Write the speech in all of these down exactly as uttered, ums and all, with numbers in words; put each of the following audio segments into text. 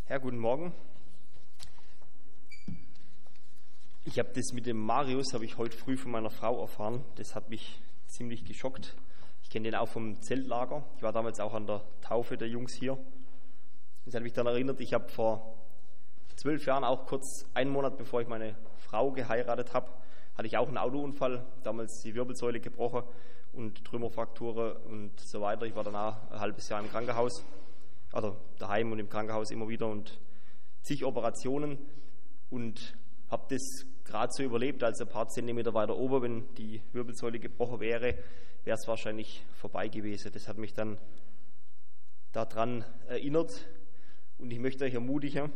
Ja, guten Morgen. Ich habe das mit dem Marius, habe ich heute früh von meiner Frau erfahren. Das hat mich ziemlich geschockt. Ich kenne den auch vom Zeltlager. Ich war damals auch an der Taufe der Jungs hier. Das hat mich dann erinnert, ich habe vor zwölf Jahren, auch kurz einen Monat bevor ich meine Frau geheiratet habe, hatte ich auch einen Autounfall, damals die Wirbelsäule gebrochen und Trümmerfrakturen und so weiter. Ich war danach ein halbes Jahr im Krankenhaus, also daheim und im Krankenhaus immer wieder und zig Operationen und habe das gerade so überlebt, also ein paar Zentimeter weiter oben, wenn die Wirbelsäule gebrochen wäre, wäre es wahrscheinlich vorbei gewesen. Das hat mich dann daran erinnert und ich möchte euch ermutigen.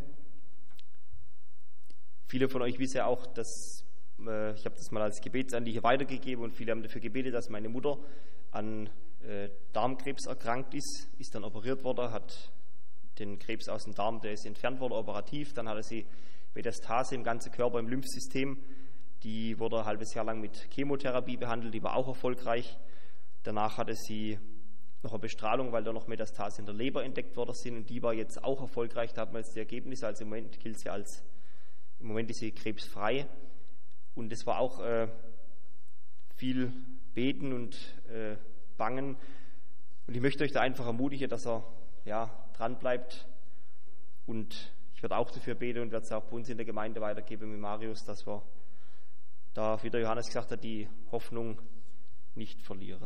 Viele von euch wissen ja auch, dass äh, ich habe das mal als Gebetsanliegen weitergegeben und viele haben dafür gebetet, dass meine Mutter an äh, Darmkrebs erkrankt ist, ist dann operiert worden, hat den Krebs aus dem Darm, der ist entfernt worden, operativ, dann hatte sie Metastase im ganzen Körper, im Lymphsystem, die wurde ein halbes Jahr lang mit Chemotherapie behandelt, die war auch erfolgreich. Danach hatte sie noch eine Bestrahlung, weil da noch Metastase in der Leber entdeckt worden sind und die war jetzt auch erfolgreich, da hat man jetzt die Ergebnisse, also im Moment gilt sie als Im Moment ist sie krebsfrei und es war auch äh, viel Beten und äh, Bangen. Und ich möchte euch da einfach ermutigen, dass er ja, dran bleibt. Und ich werde auch dafür beten und werde es auch bei uns in der Gemeinde weitergeben mit Marius, dass wir da, wie der Johannes gesagt hat, die Hoffnung nicht verlieren.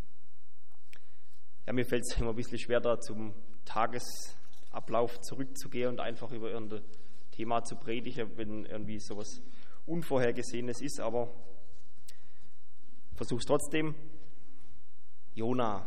Ja, mir fällt es immer ein bisschen schwer, da zum Tagesablauf zurückzugehen und einfach über irgendein Thema zu predigen, wenn irgendwie sowas Unvorhergesehenes ist, aber versuch's trotzdem. Jona.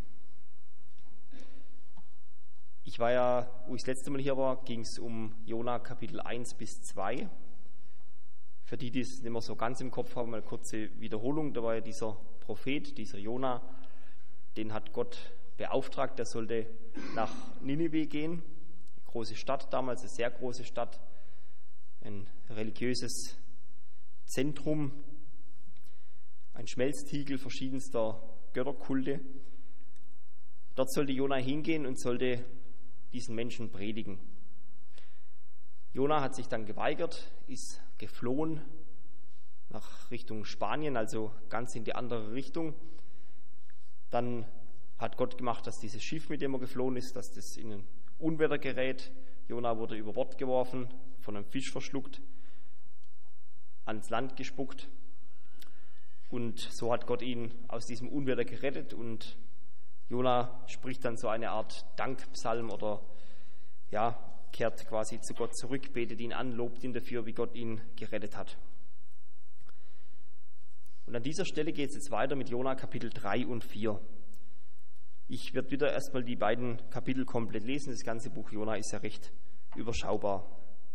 Ich war ja, wo ich das letzte Mal hier war, ging es um Jona Kapitel eins bis zwei. Für die, die es nicht mehr so ganz im Kopf haben, eine kurze Wiederholung. Da war ja dieser Prophet, dieser Jona, den hat Gott beauftragt, der sollte nach Ninive gehen. Große Stadt damals, eine sehr große Stadt, ein religiöses Zentrum, ein Schmelztiegel verschiedenster Götterkulte. Dort sollte Jona hingehen und sollte diesen Menschen predigen. Jona hat sich dann geweigert, ist geflohen nach Richtung Spanien, also ganz in die andere Richtung. Dann hat Gott gemacht, dass dieses Schiff, mit dem er geflohen ist, dass das in ein Unwetter gerät. Jona wurde über Bord geworfen, von einem Fisch verschluckt, ans Land gespuckt. Und so hat Gott ihn aus diesem Unwetter gerettet. Und Jona spricht dann so eine Art Dankpsalm oder ja, kehrt quasi zu Gott zurück, betet ihn an, lobt ihn dafür, wie Gott ihn gerettet hat. Und an dieser Stelle geht es jetzt weiter mit Jona Kapitel drei und vier. Ich werde wieder erstmal die beiden Kapitel komplett lesen. Das ganze Buch Jona ist ja recht überschaubar.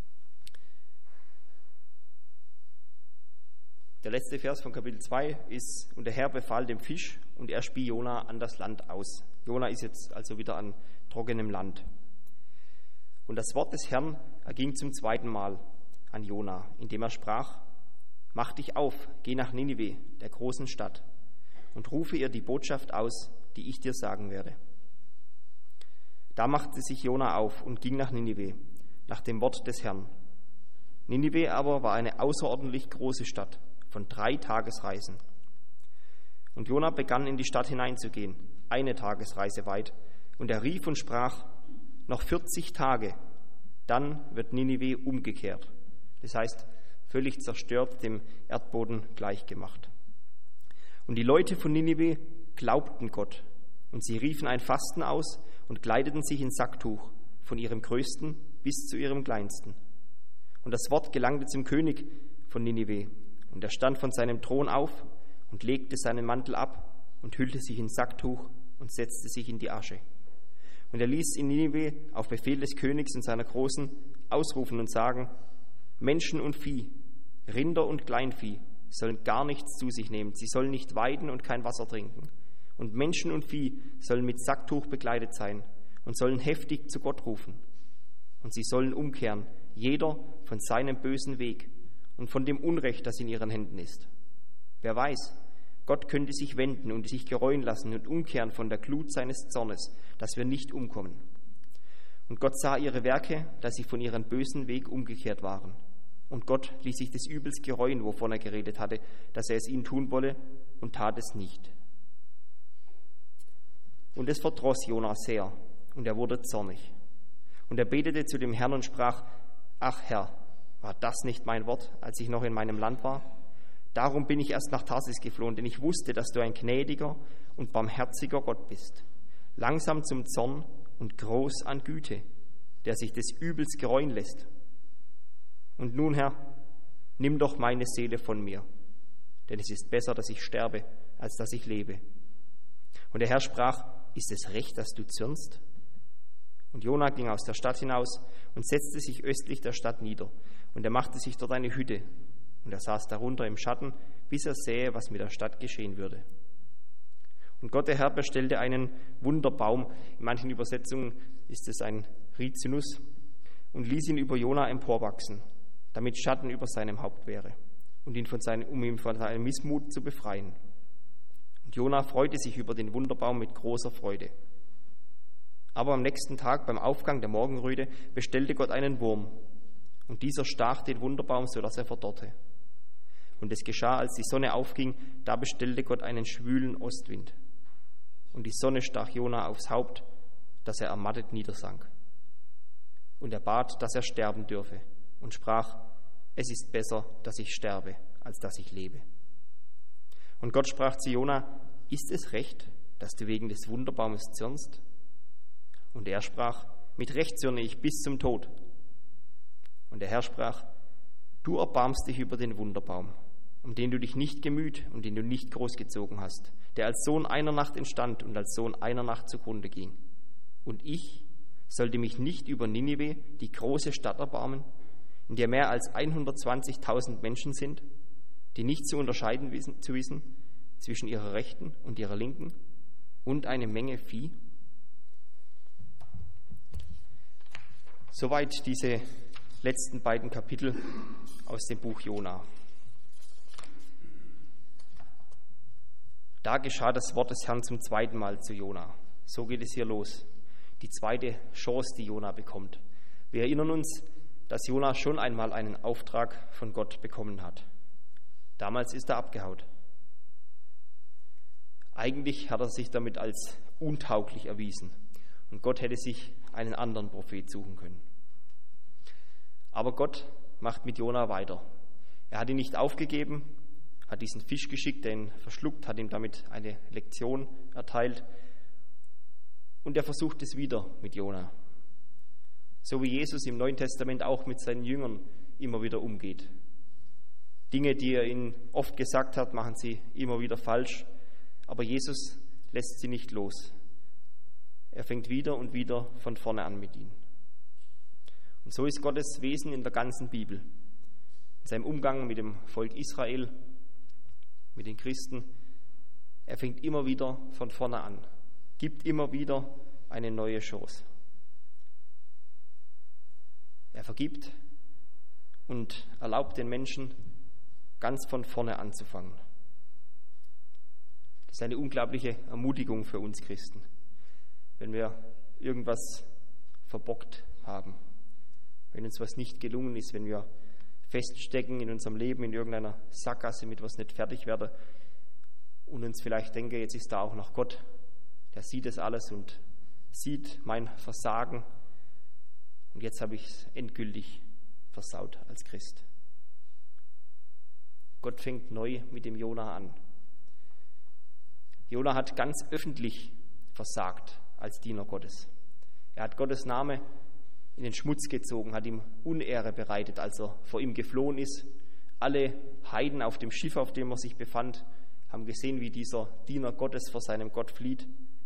Der letzte Vers von Kapitel zwei ist: Und der Herr befahl dem Fisch, und er spie Jona an das Land aus. Jona ist jetzt also wieder an trockenem Land. Und das Wort des Herrn erging zum zweiten Mal an Jona, indem er sprach: Mach dich auf, geh nach Ninive, der großen Stadt, und rufe ihr die Botschaft aus, die ich dir sagen werde. Da machte sich Jona auf und ging nach Ninive, nach dem Wort des Herrn. Ninive aber war eine außerordentlich große Stadt von drei Tagesreisen. Und Jona begann in die Stadt hineinzugehen, eine Tagesreise weit, und er rief und sprach: Noch vierzig Tage, dann wird Ninive umgekehrt. Das heißt, völlig zerstört, dem Erdboden gleichgemacht. Und die Leute von Ninive glaubten Gott, und sie riefen ein Fasten aus und kleideten sich in Sacktuch, von ihrem Größten bis zu ihrem Kleinsten. Und das Wort gelangte zum König von Ninive, und er stand von seinem Thron auf und legte seinen Mantel ab und hüllte sich in Sacktuch und setzte sich in die Asche. Und er ließ in Ninive auf Befehl des Königs und seiner Großen ausrufen und sagen: Menschen und Vieh, Rinder und Kleinvieh sollen gar nichts zu sich nehmen. Sie sollen nicht weiden und kein Wasser trinken. Und Menschen und Vieh sollen mit Sacktuch bekleidet sein und sollen heftig zu Gott rufen. Und sie sollen umkehren, jeder von seinem bösen Weg und von dem Unrecht, das in ihren Händen ist. Wer weiß, Gott könnte sich wenden und sich gereuen lassen und umkehren von der Glut seines Zornes, dass wir nicht umkommen. Und Gott sah ihre Werke, dass sie von ihrem bösen Weg umgekehrt waren. Und Gott ließ sich des Übels gereuen, wovon er geredet hatte, dass er es ihnen tun wolle, und tat es nicht. Und es verdross Jona sehr, und er wurde zornig. Und er betete zu dem Herrn und sprach: Ach Herr, war das nicht mein Wort, als ich noch in meinem Land war? Darum bin ich erst nach Tarsis geflohen, denn ich wusste, dass du ein gnädiger und barmherziger Gott bist, langsam zum Zorn und groß an Güte, der sich des Übels gereuen lässt. Und nun, Herr, nimm doch meine Seele von mir, denn es ist besser, dass ich sterbe, als dass ich lebe. Und der Herr sprach: Ist es recht, dass du zürnst? Und Jona ging aus der Stadt hinaus und setzte sich östlich der Stadt nieder. Und er machte sich dort eine Hütte. Und er saß darunter im Schatten, bis er sähe, was mit der Stadt geschehen würde. Und Gott, der Herr, bestellte einen Wunderbaum, in manchen Übersetzungen ist es ein Rizinus, und ließ ihn über Jona emporwachsen, damit Schatten über seinem Haupt wäre, und ihn von seinem, um ihn von seinem Missmut zu befreien. Und Jona freute sich über den Wunderbaum mit großer Freude. Aber am nächsten Tag, beim Aufgang der Morgenröte, bestellte Gott einen Wurm, und dieser stach den Wunderbaum, so dass er verdorrte. Und es geschah, als die Sonne aufging, da bestellte Gott einen schwülen Ostwind. Und die Sonne stach Jona aufs Haupt, dass er ermattet niedersank. Und er bat, dass er sterben dürfe, und sprach: Es ist besser, dass ich sterbe, als dass ich lebe. Und Gott sprach zu Jona: Ist es recht, dass du wegen des Wunderbaumes zürnst? Und er sprach: Mit Recht zürne ich bis zum Tod. Und der Herr sprach: Du erbarmst dich über den Wunderbaum, um den du dich nicht gemüht und den du nicht großgezogen hast, der als Sohn einer Nacht entstand und als Sohn einer Nacht zugrunde ging. Und ich sollte mich nicht über Ninive, die große Stadt, erbarmen, in der mehr als hundertzwanzigtausend Menschen sind, die nicht zu unterscheiden wissen, zu wissen zwischen ihrer rechten und ihrer linken, und eine Menge Vieh? Soweit diese letzten beiden Kapitel aus dem Buch Jona. Da geschah das Wort des Herrn zum zweiten Mal zu Jona. So geht es hier los. Die zweite Chance, die Jona bekommt. Wir erinnern uns, dass Jona schon einmal einen Auftrag von Gott bekommen hat. Damals ist er abgehaut. Eigentlich hat er sich damit als untauglich erwiesen und Gott hätte sich einen anderen Prophet suchen können. Aber Gott macht mit Jona weiter. Er hat ihn nicht aufgegeben, hat diesen Fisch geschickt, der ihn verschluckt, hat ihm damit eine Lektion erteilt. Und er versucht es wieder mit Jona. So wie Jesus im Neuen Testament auch mit seinen Jüngern immer wieder umgeht. Dinge, die er ihnen oft gesagt hat, machen sie immer wieder falsch. Aber Jesus lässt sie nicht los. Er fängt wieder und wieder von vorne an mit ihnen. Und so ist Gottes Wesen in der ganzen Bibel. In seinem Umgang mit dem Volk Israel, mit den Christen. Er fängt immer wieder von vorne an, gibt immer wieder eine neue Chance. Er vergibt und erlaubt den Menschen, ganz von vorne anzufangen. Das ist eine unglaubliche Ermutigung für uns Christen, wenn wir irgendwas verbockt haben, wenn uns was nicht gelungen ist, wenn wir feststecken in unserem Leben, in irgendeiner Sackgasse, mit was nicht fertig werden und uns vielleicht denken, jetzt ist da auch noch Gott, der sieht das alles und sieht mein Versagen und jetzt habe ich es endgültig versaut als Christ. Gott fängt neu mit dem Jona an. Jona hat ganz öffentlich versagt als Diener Gottes. Er hat Gottes Name in den Schmutz gezogen, hat ihm Unehre bereitet, als er vor ihm geflohen ist. Alle Heiden auf dem Schiff, auf dem er sich befand, haben gesehen, wie dieser Diener Gottes vor seinem Gott flieht.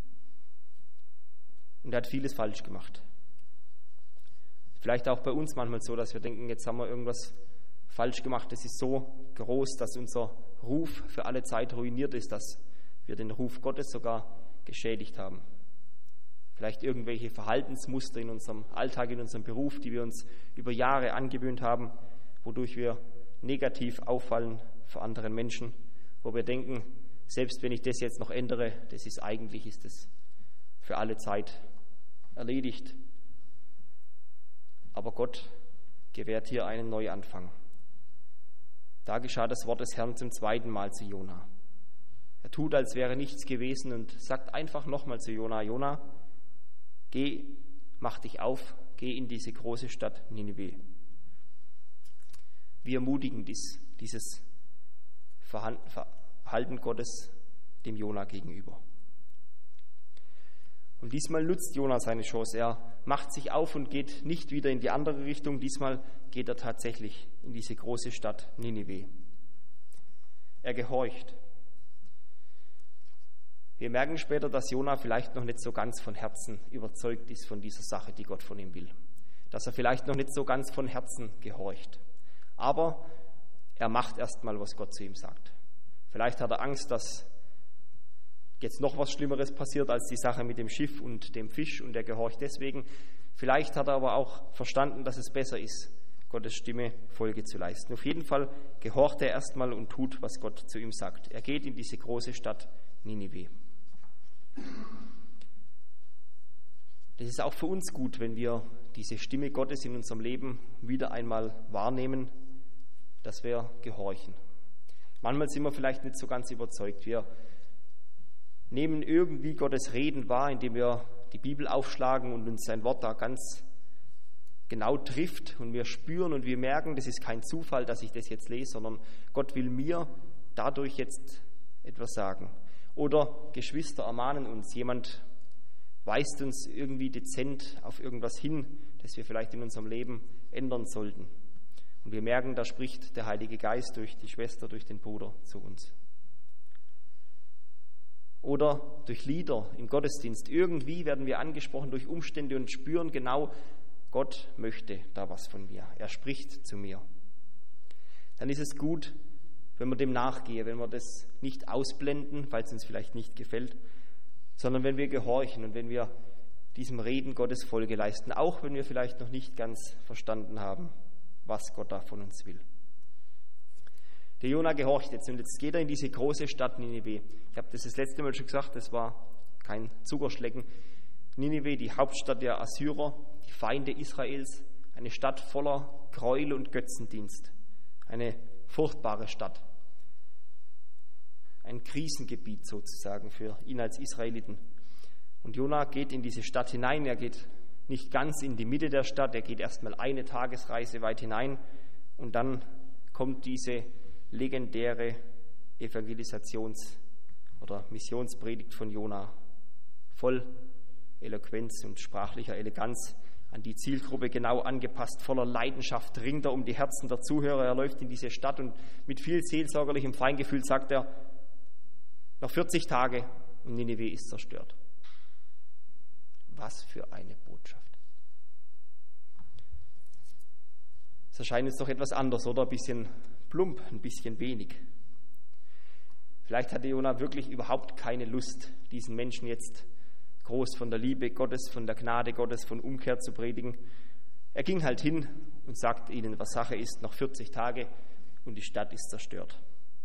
Und er hat vieles falsch gemacht. Vielleicht auch bei uns manchmal so, dass wir denken, jetzt haben wir irgendwas falsch gemacht. Es ist so groß, dass unser Ruf für alle Zeit ruiniert ist, dass wir den Ruf Gottes sogar geschädigt haben. Vielleicht irgendwelche Verhaltensmuster in unserem Alltag, in unserem Beruf, die wir uns über Jahre angewöhnt haben, wodurch wir negativ auffallen vor anderen Menschen, wo wir denken, selbst wenn ich das jetzt noch ändere, das ist eigentlich ist es für alle Zeit erledigt. Aber Gott gewährt hier einen Neuanfang. Da geschah das Wort des Herrn zum zweiten Mal zu Jona. Er tut, als wäre nichts gewesen und sagt einfach nochmal zu Jona: Jona, geh, mach dich auf, geh in diese große Stadt Ninive. Wie ermutigend ist dieses Verhalten Gottes dem Jona gegenüber. Und diesmal nutzt Jona seine Chance. Er macht sich auf und geht nicht wieder in die andere Richtung. Diesmal geht er tatsächlich in diese große Stadt Ninive. Er gehorcht. Wir merken später, dass Jona vielleicht noch nicht so ganz von Herzen überzeugt ist von dieser Sache, die Gott von ihm will. Dass er vielleicht noch nicht so ganz von Herzen gehorcht. Aber er macht erst mal, was Gott zu ihm sagt. Vielleicht hat er Angst, dass jetzt noch was Schlimmeres passiert als die Sache mit dem Schiff und dem Fisch, und er gehorcht deswegen. Vielleicht hat er aber auch verstanden, dass es besser ist, Gottes Stimme Folge zu leisten. Auf jeden Fall gehorcht er erstmal und tut, was Gott zu ihm sagt. Er geht in diese große Stadt Ninive. Das ist auch für uns gut, wenn wir diese Stimme Gottes in unserem Leben wieder einmal wahrnehmen, dass wir gehorchen. Manchmal sind wir vielleicht nicht so ganz überzeugt. Wir nehmen irgendwie Gottes Reden wahr, indem wir die Bibel aufschlagen und uns sein Wort da ganz genau trifft, und wir spüren und wir merken, das ist kein Zufall, dass ich das jetzt lese, sondern Gott will mir dadurch jetzt etwas sagen. Oder Geschwister ermahnen uns, jemand weist uns irgendwie dezent auf irgendwas hin, das wir vielleicht in unserem Leben ändern sollten. Und wir merken, da spricht der Heilige Geist durch die Schwester, durch den Bruder zu uns. Oder durch Lieder im Gottesdienst. Irgendwie werden wir angesprochen durch Umstände und spüren genau, Gott möchte da was von mir. Er spricht zu mir. Dann ist es gut, wenn wir dem nachgehen, wenn wir das nicht ausblenden, weil es uns vielleicht nicht gefällt, sondern wenn wir gehorchen und wenn wir diesem Reden Gottes Folge leisten, auch wenn wir vielleicht noch nicht ganz verstanden haben, was Gott da von uns will. Der Jona gehorcht jetzt und jetzt geht er in diese große Stadt Ninive. Ich habe das das letzte Mal schon gesagt, das war kein Zuckerschlecken. Ninive, die Hauptstadt der Assyrer, die Feinde Israels, eine Stadt voller Gräuel und Götzendienst. Eine furchtbare Stadt. Ein Krisengebiet sozusagen für ihn als Israeliten. Und Jona geht in diese Stadt hinein. Er geht nicht ganz in die Mitte der Stadt, er geht erstmal eine Tagesreise weit hinein und dann kommt diese legendäre Evangelisations- oder Missionspredigt von Jona, voll Eloquenz und sprachlicher Eleganz, an die Zielgruppe genau angepasst, voller Leidenschaft ringt er um die Herzen der Zuhörer. Er läuft in diese Stadt und mit viel seelsorgerlichem Feingefühl sagt er: Noch vierzig Tage und Ninive ist zerstört. Was für eine Botschaft. Es erscheint uns doch etwas anders, oder? Ein bisschen plump, ein bisschen wenig. Vielleicht hatte Jona wirklich überhaupt keine Lust, diesen Menschen jetzt groß von der Liebe Gottes, von der Gnade Gottes, von Umkehr zu predigen. Er ging halt hin und sagte ihnen, was Sache ist, noch vierzig Tage und die Stadt ist zerstört.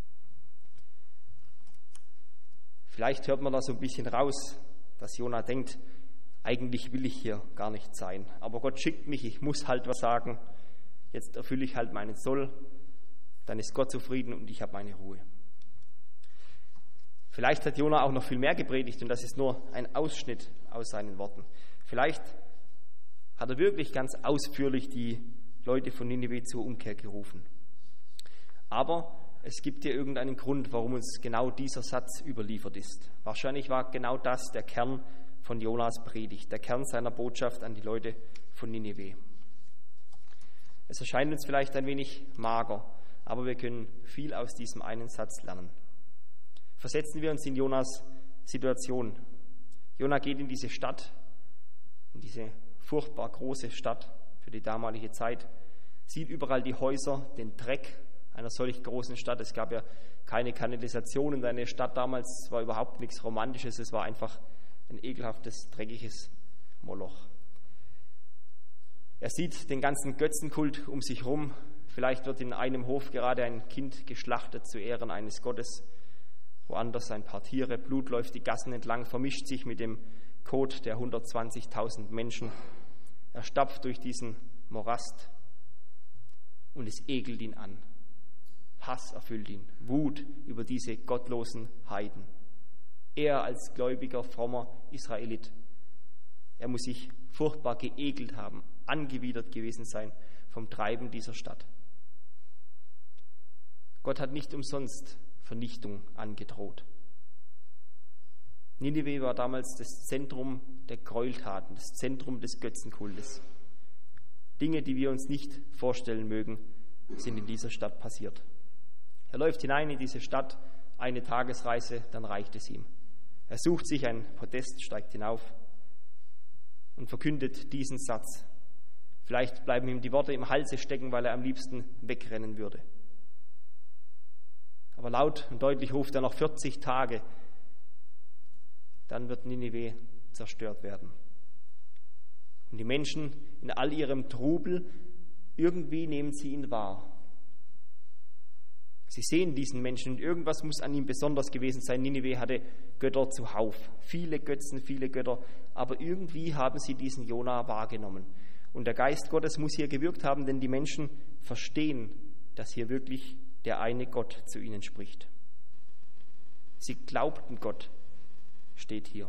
Vielleicht hört man da so ein bisschen raus, dass Jona denkt, eigentlich will ich hier gar nicht sein, aber Gott schickt mich, ich muss halt was sagen, jetzt erfülle ich halt meinen Soll, dann ist Gott zufrieden und ich habe meine Ruhe. Vielleicht hat Jona auch noch viel mehr gepredigt und das ist nur ein Ausschnitt aus seinen Worten. Vielleicht hat er wirklich ganz ausführlich die Leute von Ninive zur Umkehr gerufen. Aber es gibt ja irgendeinen Grund, warum uns genau dieser Satz überliefert ist. Wahrscheinlich war genau das der Kern von Jonas Predigt, der Kern seiner Botschaft an die Leute von Ninive. Es erscheint uns vielleicht ein wenig mager, aber wir können viel aus diesem einen Satz lernen. Versetzen wir uns in Jonas Situation. Jona geht in diese Stadt, in diese furchtbar große Stadt für die damalige Zeit, sieht überall die Häuser, den Dreck einer solch großen Stadt. Es gab ja keine Kanalisation in einer Stadt damals, es war überhaupt nichts Romantisches, es war einfach ein ekelhaftes, dreckiges Moloch. Er sieht den ganzen Götzenkult um sich herum. Vielleicht wird in einem Hof gerade ein Kind geschlachtet zu Ehren eines Gottes. Woanders ein paar Tiere, Blut läuft die Gassen entlang, vermischt sich mit dem Kot der hundertzwanzigtausend Menschen. Er stapft durch diesen Morast und es ekelt ihn an. Hass erfüllt ihn, Wut über diese gottlosen Heiden. Er als gläubiger, frommer Israelit, er muss sich furchtbar geekelt haben, angewidert gewesen sein vom Treiben dieser Stadt. Gott hat nicht umsonst Vernichtung angedroht. Ninive war damals das Zentrum der Gräueltaten, das Zentrum des Götzenkultes. Dinge, die wir uns nicht vorstellen mögen, sind in dieser Stadt passiert. Er läuft hinein in diese Stadt, eine Tagesreise, dann reicht es ihm. Er sucht sich ein Podest, steigt hinauf und verkündet diesen Satz. Vielleicht bleiben ihm die Worte im Halse stecken, weil er am liebsten wegrennen würde. Aber laut und deutlich ruft er noch vierzig Tage, dann wird Ninive zerstört werden. Und die Menschen in all ihrem Trubel, irgendwie nehmen sie ihn wahr. Sie sehen diesen Menschen und irgendwas muss an ihm besonders gewesen sein. Ninive hatte Götter zuhauf, viele Götzen, viele Götter, aber irgendwie haben sie diesen Jona wahrgenommen. Und der Geist Gottes muss hier gewirkt haben, denn die Menschen verstehen, dass hier wirklich der eine Gott zu ihnen spricht. Sie glaubten Gott, steht hier.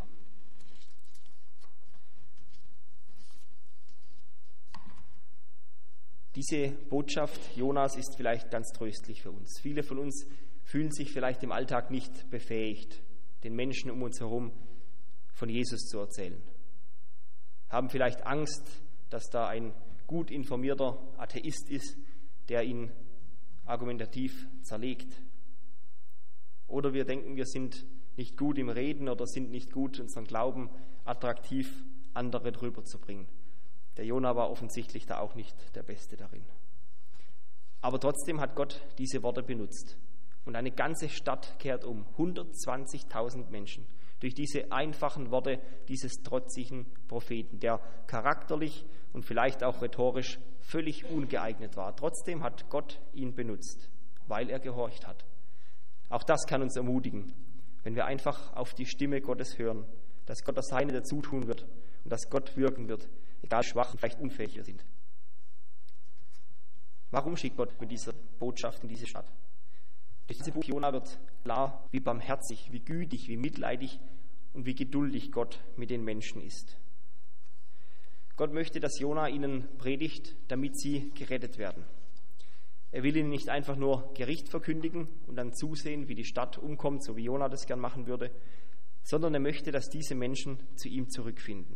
Diese Botschaft Jonas ist vielleicht ganz tröstlich für uns. Viele von uns fühlen sich vielleicht im Alltag nicht befähigt, den Menschen um uns herum von Jesus zu erzählen. Haben vielleicht Angst, dass da ein gut informierter Atheist ist, der ihn argumentativ zerlegt. Oder wir denken, wir sind nicht gut im Reden oder sind nicht gut, unseren Glauben attraktiv andere drüber zu bringen. Der Jona war offensichtlich da auch nicht der Beste darin. Aber trotzdem hat Gott diese Worte benutzt. Und eine ganze Stadt kehrt um, hundertzwanzigtausend Menschen, durch diese einfachen Worte dieses trotzigen Propheten, der charakterlich und vielleicht auch rhetorisch völlig ungeeignet war. Trotzdem hat Gott ihn benutzt, weil er gehorcht hat. Auch das kann uns ermutigen, wenn wir einfach auf die Stimme Gottes hören, dass Gott das Seine dazu tun wird und dass Gott wirken wird, egal wie schwach und vielleicht unfähig wir sind. Warum schickt Gott mit dieser Botschaft in diese Stadt? Durch dieses Buch Jona wird klar, wie barmherzig, wie gütig, wie mitleidig und wie geduldig Gott mit den Menschen ist. Gott möchte, dass Jona ihnen predigt, damit sie gerettet werden. Er will ihnen nicht einfach nur Gericht verkündigen und dann zusehen, wie die Stadt umkommt, so wie Jona das gern machen würde, sondern er möchte, dass diese Menschen zu ihm zurückfinden.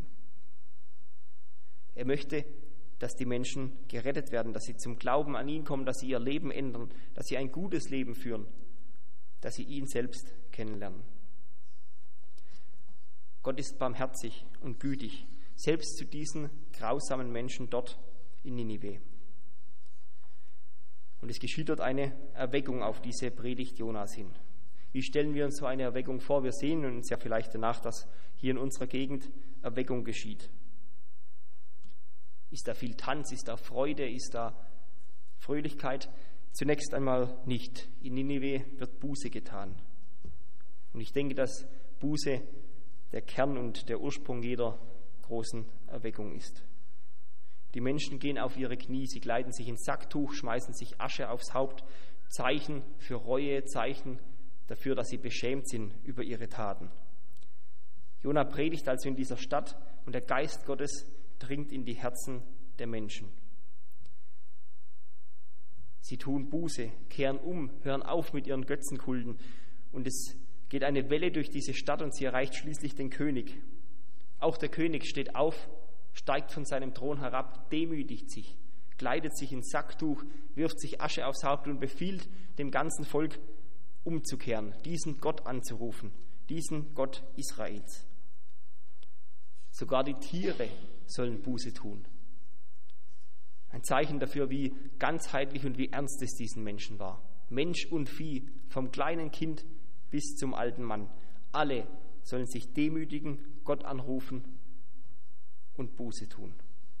Er möchte, dass die Menschen gerettet werden, dass sie zum Glauben an ihn kommen, dass sie ihr Leben ändern, dass sie ein gutes Leben führen, dass sie ihn selbst kennenlernen. Gott ist barmherzig und gütig, selbst zu diesen grausamen Menschen dort in Ninive. Und es geschieht dort eine Erweckung auf diese Predigt Jonas hin. Wie stellen wir uns so eine Erweckung vor? Wir sehen uns ja vielleicht danach, dass hier in unserer Gegend Erweckung geschieht. Ist da viel Tanz, ist da Freude, ist da Fröhlichkeit? Zunächst einmal nicht. In Ninive wird Buße getan. Und ich denke, dass Buße der Kern und der Ursprung jeder großen Erweckung ist. Die Menschen gehen auf ihre Knie, sie kleiden sich ins Sacktuch, schmeißen sich Asche aufs Haupt, Zeichen für Reue, Zeichen dafür, dass sie beschämt sind über ihre Taten. Jona predigt also in dieser Stadt und der Geist Gottes dringt in die Herzen der Menschen. Sie tun Buße, kehren um, hören auf mit ihren Götzenkulten und es geht eine Welle durch diese Stadt und sie erreicht schließlich den König. Auch der König steht auf, steigt von seinem Thron herab, demütigt sich, kleidet sich ins Sacktuch, wirft sich Asche aufs Haupt und befiehlt dem ganzen Volk umzukehren, diesen Gott anzurufen, diesen Gott Israels. Sogar die Tiere sollen Buße tun. Ein Zeichen dafür, wie ganzheitlich und wie ernst es diesen Menschen war. Mensch und Vieh, vom kleinen Kind bis zum alten Mann. Alle sollen sich demütigen, Gott anrufen und Buße tun.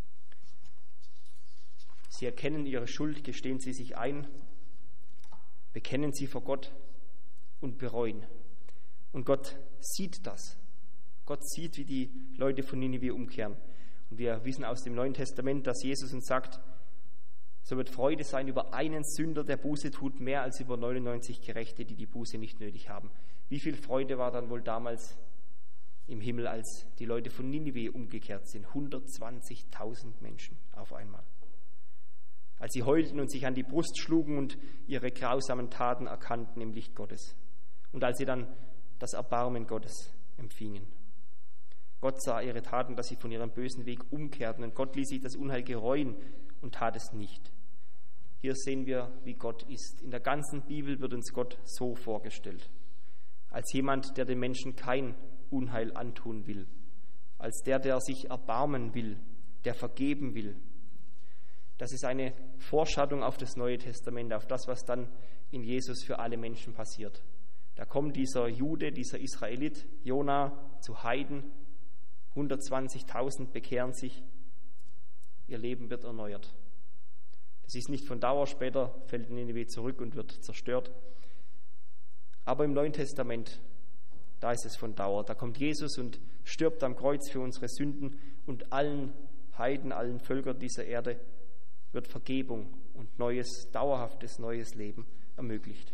Sie erkennen ihre Schuld, gestehen sie sich ein, bekennen sie vor Gott und bereuen. Und Gott sieht das. Gott sieht, wie die Leute von Ninive umkehren. Und wir wissen aus dem Neuen Testament, dass Jesus uns sagt, so wird Freude sein über einen Sünder, der Buße tut, mehr als über neunundneunzig Gerechte, die die Buße nicht nötig haben. Wie viel Freude war dann wohl damals im Himmel, als die Leute von Ninive umgekehrt sind? hundertzwanzigtausend Menschen auf einmal. Als sie heulten und sich an die Brust schlugen und ihre grausamen Taten erkannten im Licht Gottes. Und als sie dann das Erbarmen Gottes empfingen. Gott sah ihre Taten, dass sie von ihrem bösen Weg umkehrten, und Gott ließ sich das Unheil gereuen und tat es nicht. Hier sehen wir, wie Gott ist. In der ganzen Bibel wird uns Gott so vorgestellt. Als jemand, der den Menschen kein Unheil antun will. Als der, der sich erbarmen will, der vergeben will. Das ist eine Vorschattung auf das Neue Testament, auf das, was dann in Jesus für alle Menschen passiert. Da kommt dieser Jude, dieser Israelit, Jona, zu Heiden. hundertzwanzigtausend bekehren sich. Ihr Leben wird erneuert. Das ist nicht von Dauer, später fällt Ninive zurück und wird zerstört. Aber im Neuen Testament, da ist es von Dauer. Da kommt Jesus und stirbt am Kreuz für unsere Sünden, und allen Heiden, allen Völkern dieser Erde wird Vergebung und neues, dauerhaftes neues Leben ermöglicht.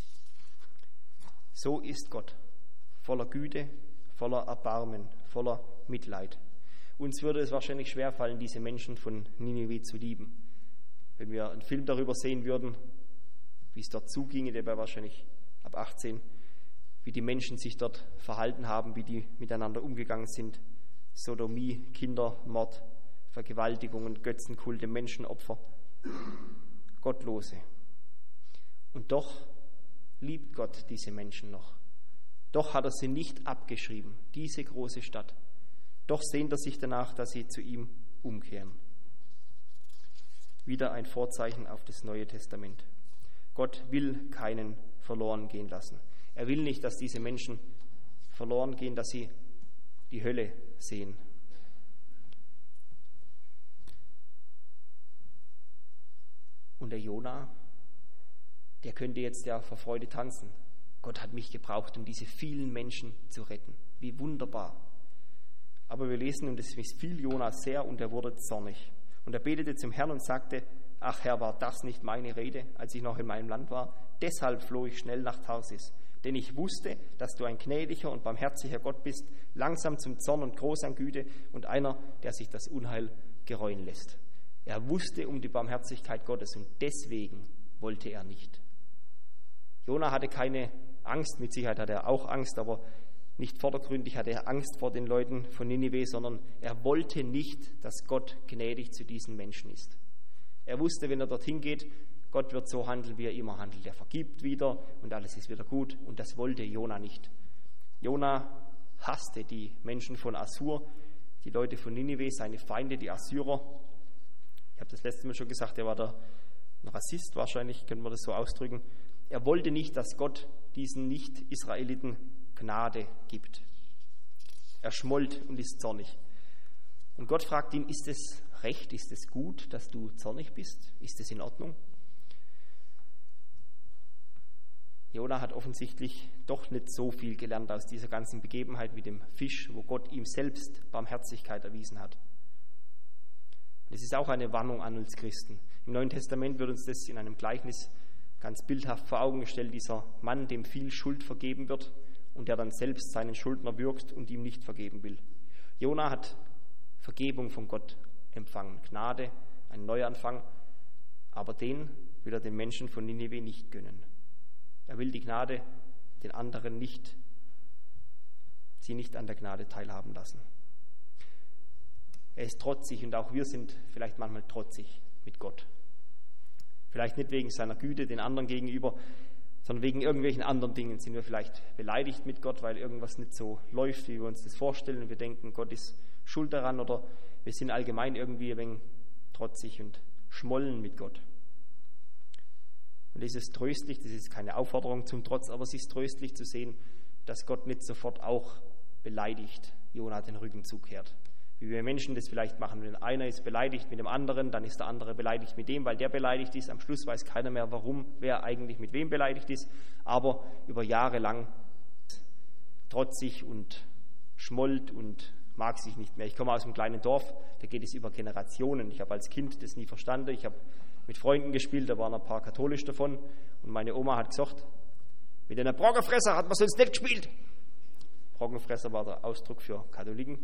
So ist Gott, voller Güte, voller Erbarmen, voller Mitleid. Uns würde es wahrscheinlich schwerfallen, diese Menschen von Ninive zu lieben. Wenn wir einen Film darüber sehen würden, wie es dort zuginge, der wäre wahrscheinlich ab achtzehn, wie die Menschen sich dort verhalten haben, wie die miteinander umgegangen sind. Sodomie, Kindermord, Vergewaltigungen, Götzenkulte, Menschenopfer, Gottlose. Und doch liebt Gott diese Menschen noch. Doch hat er sie nicht abgeschrieben, diese große Stadt. Doch sehnt er sich danach, dass sie zu ihm umkehren. Wieder ein Vorzeichen auf das Neue Testament. Gott will keinen verloren gehen lassen. Er will nicht, dass diese Menschen verloren gehen, dass sie die Hölle sehen. Und der Jona, der könnte jetzt ja vor Freude tanzen. Gott hat mich gebraucht, um diese vielen Menschen zu retten. Wie wunderbar. Aber wir lesen, und es missfiel Jona sehr, und er wurde zornig. Und er betete zum Herrn und sagte, ach Herr, war das nicht meine Rede, als ich noch in meinem Land war? Deshalb floh ich schnell nach Tarsis. Denn ich wusste, dass du ein gnädiger und barmherziger Gott bist, langsam zum Zorn und groß an Güte und einer, der sich das Unheil gereuen lässt. Er wusste um die Barmherzigkeit Gottes, und deswegen wollte er nicht. Jona hatte keine Angst, mit Sicherheit hatte er auch Angst, aber nicht vordergründig hatte er Angst vor den Leuten von Ninive, sondern er wollte nicht, dass Gott gnädig zu diesen Menschen ist. Er wusste, wenn er dorthin geht, Gott wird so handeln, wie er immer handelt. Er vergibt wieder und alles ist wieder gut, und das wollte Jona nicht. Jona hasste die Menschen von Assur, die Leute von Ninive, seine Feinde, die Assyrer. Ich habe das letzte Mal schon gesagt, er war der ein Rassist wahrscheinlich, können wir das so ausdrücken. Er wollte nicht, dass Gott diesen Nicht-Israeliten Gnade gibt. Er schmollt und ist zornig. Und Gott fragt ihn, ist es recht, ist es gut, dass du zornig bist? Ist es in Ordnung? Jona hat offensichtlich doch nicht so viel gelernt aus dieser ganzen Begebenheit mit dem Fisch, wo Gott ihm selbst Barmherzigkeit erwiesen hat. Und es ist auch eine Warnung an uns Christen. Im Neuen Testament wird uns das in einem Gleichnis ganz bildhaft vor Augen gestellt, dieser Mann, dem viel Schuld vergeben wird und der dann selbst seinen Schuldner würgt und ihm nicht vergeben will. Jona hat Vergebung von Gott empfangen, Gnade, einen Neuanfang, aber den will er den Menschen von Ninive nicht gönnen. Er will die Gnade den anderen nicht, sie nicht an der Gnade teilhaben lassen. Er ist trotzig, und auch wir sind vielleicht manchmal trotzig mit Gott. Vielleicht nicht wegen seiner Güte den anderen gegenüber, sondern wegen irgendwelchen anderen Dingen sind wir vielleicht beleidigt mit Gott, weil irgendwas nicht so läuft, wie wir uns das vorstellen, und wir denken, Gott ist schuld daran, oder wir sind allgemein irgendwie ein wenig trotzig und schmollen mit Gott. Und es ist tröstlich, das ist keine Aufforderung zum Trotz, aber es ist tröstlich zu sehen, dass Gott nicht sofort auch beleidigt Jona den Rücken zukehrt. Wie wir Menschen das vielleicht machen, wenn einer ist beleidigt mit dem anderen, dann ist der andere beleidigt mit dem, weil der beleidigt ist. Am Schluss weiß keiner mehr, warum, wer eigentlich mit wem beleidigt ist, aber über Jahre lang trotzig und schmollt und mag sich nicht mehr. Ich komme aus einem kleinen Dorf, da geht es über Generationen. Ich habe als Kind das nie verstanden. Ich habe mit Freunden gespielt, da waren ein paar katholisch davon. Und meine Oma hat gesagt, mit einer Broggenfresser hat man sonst nicht gespielt. Broggenfresser war der Ausdruck für Katholiken.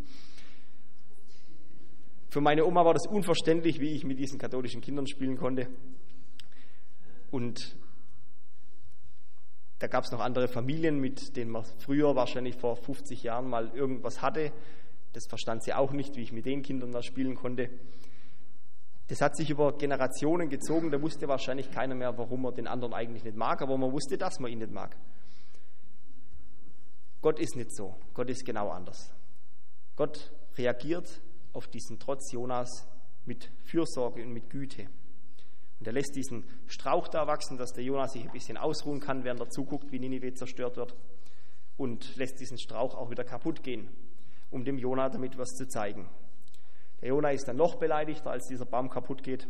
Für meine Oma war das unverständlich, wie ich mit diesen katholischen Kindern spielen konnte. Und da gab es noch andere Familien, mit denen man früher, wahrscheinlich vor fünfzig Jahren, mal irgendwas hatte. Das verstand sie auch nicht, wie ich mit den Kindern da spielen konnte. Das hat sich über Generationen gezogen. Da wusste wahrscheinlich keiner mehr, warum man den anderen eigentlich nicht mag, aber man wusste, dass man ihn nicht mag. Gott ist nicht so. Gott ist genau anders. Gott reagiert auf diesen Trotz Jonas mit Fürsorge und mit Güte. Und er lässt diesen Strauch da wachsen, dass der Jonas sich ein bisschen ausruhen kann, während er zuguckt, wie Ninive zerstört wird. Und lässt diesen Strauch auch wieder kaputt gehen, um dem Jona damit was zu zeigen. Der Jona ist dann noch beleidigter, als dieser Baum kaputt geht.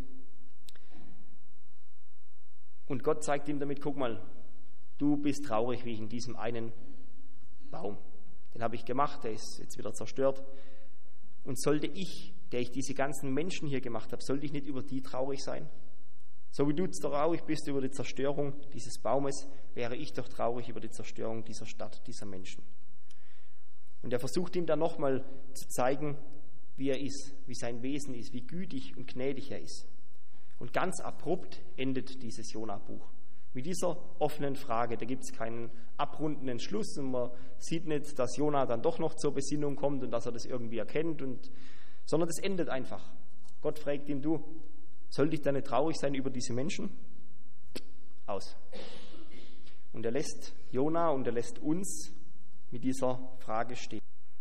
Und Gott zeigt ihm damit, guck mal, du bist traurig wie in diesem einen Baum. Den habe ich gemacht, der ist jetzt wieder zerstört. Und sollte ich, der ich diese ganzen Menschen hier gemacht habe, sollte ich nicht über die traurig sein? So wie du traurig bist über die Zerstörung dieses Baumes, wäre ich doch traurig über die Zerstörung dieser Stadt, dieser Menschen. Und er versucht ihm dann nochmal zu zeigen, wie er ist, wie sein Wesen ist, wie gütig und gnädig er ist. Und ganz abrupt endet dieses Jona-Buch. Mit dieser offenen Frage, da gibt es keinen abrundenden Schluss und man sieht nicht, dass Jona dann doch noch zur Besinnung kommt und dass er das irgendwie erkennt, und, sondern das endet einfach. Gott fragt ihn, du, soll ich da nicht traurig sein über diese Menschen? Aus. Und er lässt Jona und er lässt uns mit dieser Frage stehen.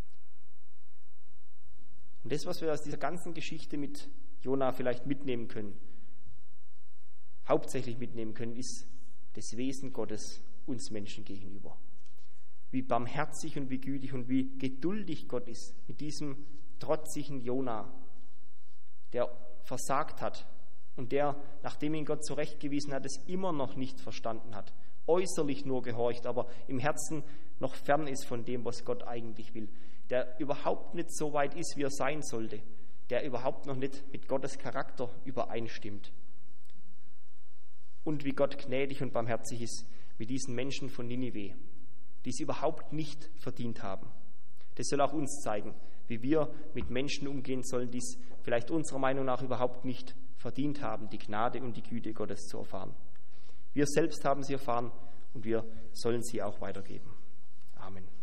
Und das, was wir aus dieser ganzen Geschichte mit Jona vielleicht mitnehmen können, hauptsächlich mitnehmen können, ist das Wesen Gottes uns Menschen gegenüber. Wie barmherzig und wie gütig und wie geduldig Gott ist mit diesem trotzigen Jona, der versagt hat und der, nachdem ihn Gott zurechtgewiesen hat, es immer noch nicht verstanden hat, äußerlich nur gehorcht, aber im Herzen noch fern ist von dem, was Gott eigentlich will, der überhaupt nicht so weit ist, wie er sein sollte, der überhaupt noch nicht mit Gottes Charakter übereinstimmt. Und wie Gott gnädig und barmherzig ist mit diesen Menschen von Ninive, die es überhaupt nicht verdient haben. Das soll auch uns zeigen, wie wir mit Menschen umgehen sollen, die es vielleicht unserer Meinung nach überhaupt nicht verdient haben, die Gnade und die Güte Gottes zu erfahren. Wir selbst haben sie erfahren und wir sollen sie auch weitergeben. Amen.